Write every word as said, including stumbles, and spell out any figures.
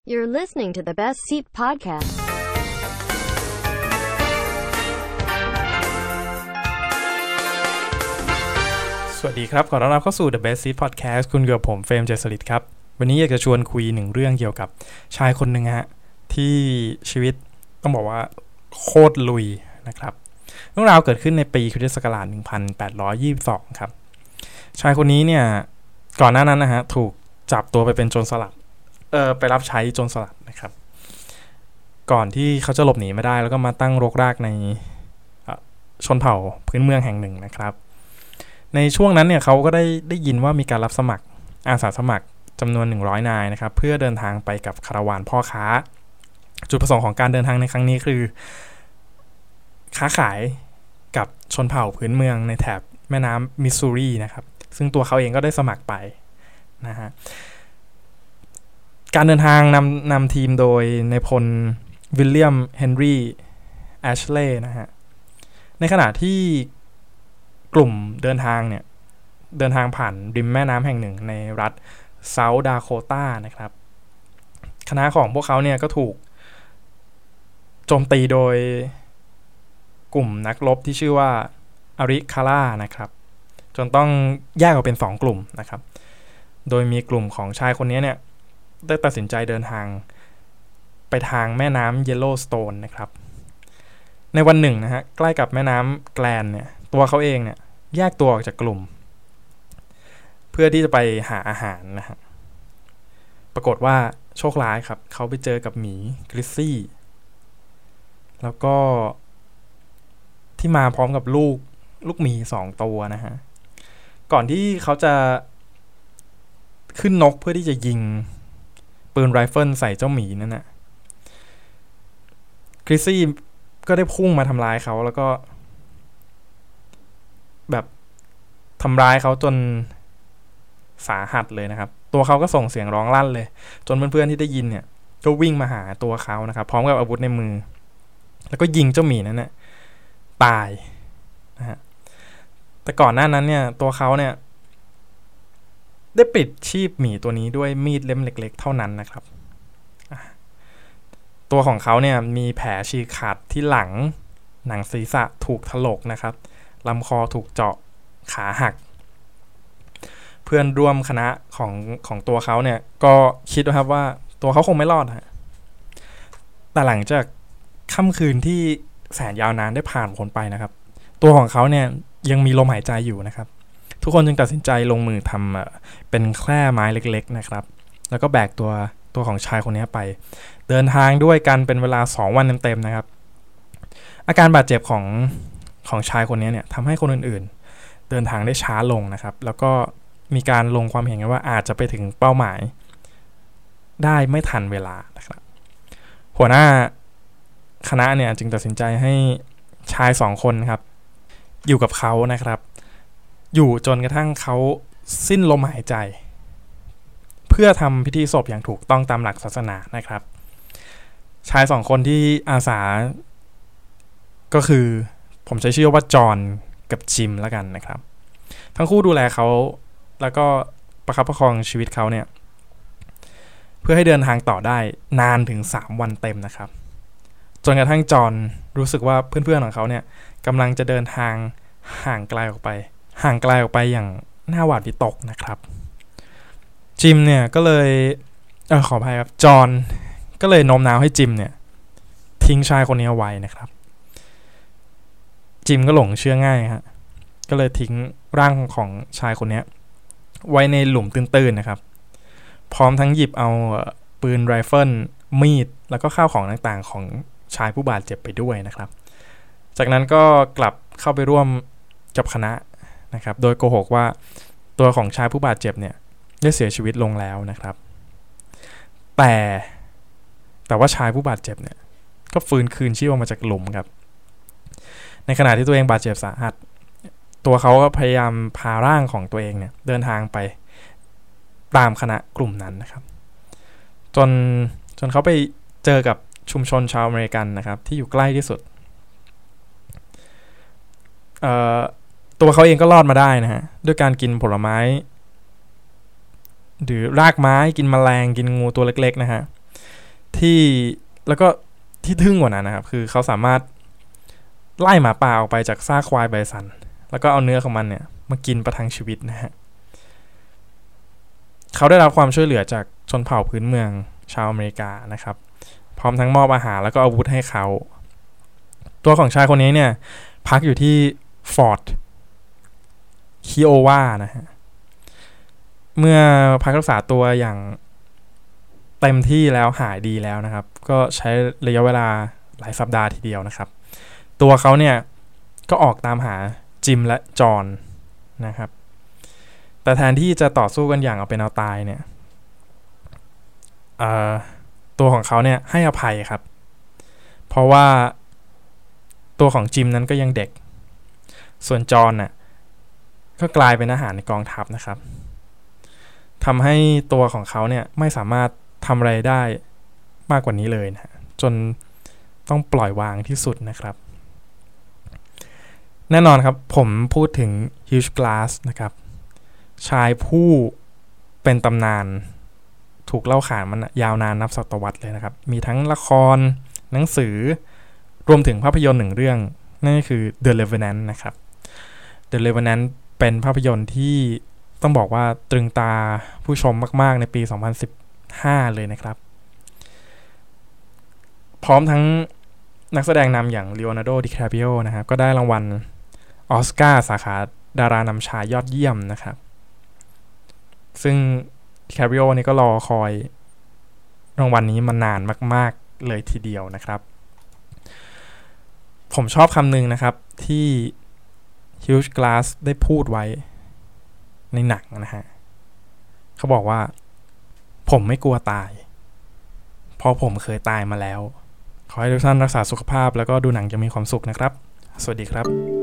You're listening to the Best Seat Podcast. สวัสดีครับขอต้อนรับเข้าสู่ The Best Seat Podcast คุณกับผมเฟรมเจษริตครับวันนี้อยากจะชวนคุยหนึ่งเรื่องเกี่ยวกับชายคนหนึ่งฮะที่ชีวิตต้องบอกว่าโคตรลุยนะครับเรื่องราวเกิดขึ้นในปีคริสตศักราชหนึ่งพันแปดร้อยยี่สิบสองครับชายคนนี้เนี่ยก่อนหน้านั้นนะฮะถูกจับตัวไปเป็นโจรสลัดเออไปรับใช้โจรสลัดนะครับก่อนที่เขาจะหลบหนีไม่ได้แล้วก็มาตั้งรกรากในชนเผ่าพื้นเมืองแห่งหนึ่งนะครับในช่วงนั้นเนี่ยเขาก็ได้ได้ยินว่ามีการรับสมัครอาสาสมัครจำนวนหนึ่งร้อยนายนะครับเพื่อเดินทางไปกับคาราวานพ่อค้าจุดประสงค์ของการเดินทางในครั้งนี้คือค้าขายกับชนเผ่าพื้นเมืองในแถบแม่น้ำมิสซูรีนะครับซึ่งตัวเขาเองก็ได้สมัครไปนะฮะการเดินทางนำนำทีมโดยนายพลวิลเลียมเฮนรี่แอชเลย์นะฮะในขณะที่กลุ่มเดินทางเนี่ยเดินทางผ่านริมแม่น้ำแห่งหนึ่งในรัฐเซาท์ดาโคตานะครับคณะของพวกเขาเนี่ยก็ถูกโจมตีโดยกลุ่มนักรบที่ชื่อว่าอาริคาร่านะครับจนต้องแยกออกเป็นสองกลุ่มนะครับโดยมีกลุ่มของชายคนนี้เนี่ยได้ตัดสินใจเดินทางไปทางแม่น้ำเยลโลว์สโตนนะครับในวันหนึ่งนะฮะใกล้กับแม่น้ำแกลนเนี่ยตัวเขาเองเนี่ยแยกตัวออกจากกลุ่มเพื่อที่จะไปหาอาหารนะฮะปรากฏว่าโชคร้ายครับเขาไปเจอกับหมีกริซซี่แล้วก็ที่มาพร้อมกับลูกลูกหมีสองตัวนะฮะก่อนที่เขาจะขึ้นนกเพื่อที่จะยิงปืนไรเฟิลใส่เจ้าหมีนั่นนะกริซซี่ก็ได้พุ่งมาทำร้ายเขาแล้วก็แบบทำร้ายเขาจนสาหัสเลยนะครับตัวเขาก็ส่งเสียงร้องลั่นเลยจนเพื่อนๆที่ได้ยินเนี่ยก็วิ่งมาหาตัวเขานะครับพร้อมกับอาวุธในมือแล้วก็ยิงเจ้าหมีนั้นเนี่ยตายนะฮะแต่ก่อนหน้านั้นเนี่ยตัวเขาเนี่ยได้ปิดชีพหมีตัวนี้ด้วยมีดเล่มเล็กๆเท่านั้นนะครับตัวของเขาเนี่ยมีแผลฉีกขาดที่หลังหนังศีรษะถูกถลกนะครับลำคอถูกเจาะขาหักเพื่อนร่วมคณะของของตัวเขาเนี่ยก็คิดนะครับว่าตัวเขาคงไม่รอดฮะแต่หลังจากค่ำคืนที่แสนยาวนานได้ผ่านพ้นไปนะครับตัวของเขาเนี่ยยังมีลมหายใจอยู่นะครับทุกคนจึงตัดสินใจลงมือทำเป็นแคร่ไม้เล็กๆนะครับแล้วก็แบกตัวตัวของชายคนนี้ไปเดินทางด้วยกันเป็นเวลาสองวันเต็มๆนะครับอาการบาดเจ็บของของชายคนนี้เนี่ยทำให้คนอื่นๆเดินทางได้ช้าลงนะครับแล้วก็มีการลงความเห็นกันว่าอาจจะไปถึงเป้าหมายได้ไม่ทันเวลานะครับหัวหน้าคณะเนี่ยจึงตัดสินใจให้ชายสองคนครับอยู่กับเขานะครับอยู่จนกระทั่งเขาสิ้นลมหายใจเพื่อทำพิธีศพอย่างถูกต้องตามหลักศาสนานะครับชายสองคนที่อาสาก็คือผมใช้ชื่อว่าจอห์นกับจิมแล้วกันนะครับทั้งคู่ดูแลเขาแล้วก็ประคับประคองชีวิตเขาเนี่ยเพื่อให้เดินทางต่อได้นานถึงสามวันเต็มนะครับจนกระทั่งจอห์นรู้สึกว่าเพื่อนๆของเขาเนี่ยกำลังจะเดินทางห่างไกลออกไปห่างไกลออกไปอย่างน่าหวาดวิตกนะครับจิมเนี่ยก็เลยเออขออภัยครับจอห์นก็เลยโน้มน้าวให้จิมเนี่ยทิ้งชายคนนี้เอาไว้นะครับจิมก็หลงเชื่อง่ายฮะก็เลยทิ้งร่างของชายคนนี้ไว้ในหลุมตื้นๆนะครับพร้อมทั้งหยิบเอาปืนไรเฟิลมีดแล้วก็ข้าวของต่างๆของชายผู้บาดเจ็บไปด้วยนะครับจากนั้นก็กลับเข้าไปร่วมกับคณะนะครับโดยโกหกว่าตัวของชายผู้บาดเจ็บเนี่ยได้เสียชีวิตลงแล้วนะครับแต่แต่ว่าชายผู้บาดเจ็บเนี่ยก็ฟื้นคืนชีพออกมาจากหลุมครับในขณะที่ตัวเองบาดเจ็บสาหัสตัวเขาก็พยายามพาร่างของตัวเองเนี่ยเดินทางไปตามคณะกลุ่มนั้นนะครับจนจนเขาไปเจอกับชุมชนชาวอเมริกันนะครับที่อยู่ใกล้ที่สุดเอ่อตัวเขาเองก็รอดมาได้นะฮะด้วยการกินผลไม้หรือรากไม้กินแมลงกินงูตัวเล็กๆนะฮะที่แล้วก็ที่ทึ่งกว่านั้นนะครับคือเขาสามารถไล่หมาป่าออกไปจากซากควายไบซันแล้วก็เอาเนื้อของมันเนี่ยมากินประทังชีวิตนะฮะเขาได้รับความช่วยเหลือจากชนเผ่าพื้นเมืองชาวอเมริกานะครับพร้อมทั้งมอบอาหารแล้วก็อาวุธให้เขาตัวของชายคนนี้เนี่ยพักอยู่ที่ฟอร์ตคิโอวานะฮะเมื่อพักรักษาตัวอย่างเต็มที่แล้วหายดีแล้วนะครับก็ใช้ระยะเวลาหลายสัปดาห์ทีเดียวนะครับตัวเขาเนี่ยก็ออกตามหาจิมและจอห์นนะครับแต่แทนที่จะต่อสู้กันอย่างเอาเป็นเอาตายเนี่ยตัวของเขาเนี่ยให้อภัยครับเพราะว่าตัวของจิมนั้นก็ยังเด็กส่วนจอห์นน่ะก็กลายเป็นทหารในกองทัพนะครับทำให้ตัวของเขาเนี่ยไม่สามารถทำอะไรได้มากกว่านี้เลยนะจนต้องปล่อยวางที่สุดนะครับแน่นอนครับผมพูดถึงฮิวจ์กลาสนะครับชายผู้เป็นตำนานถูกเล่าขานมันยาวนานนับศตวรรษเลยนะครับมีทั้งละครหนังสือรวมถึงภาพยนตร์หนึ่งเรื่องนั่นก็คือ The Revenant นะครับ The Revenant เป็นภาพยนตร์ที่ต้องบอกว่าตรึงตาผู้ชมมากๆในปีสองพันสิบห้าเลยนะครับพร้อมทั้งนักแสดงนำอย่างลีโอนาร์โด ดิคาปิโอนะครับก็ได้รางวัลออสการ์สาขาดารานำชายยอดเยี่ยมนะครับซึ่งดิคาปิโอนี่ก็รอคอยรางวัลนี้มานานมากๆเลยทีเดียวนะครับผมชอบคำหนึ่งนะครับที่ฮิวจ์กลาสได้พูดไว้ในหนังนะฮะเขาบอกว่าผมไม่กลัวตายเพราะผมเคยตายมาแล้วขอให้ทุกท่านรักษาสุขภาพแล้วก็ดูหนังจะมีความสุขนะครับสวัสดีครับ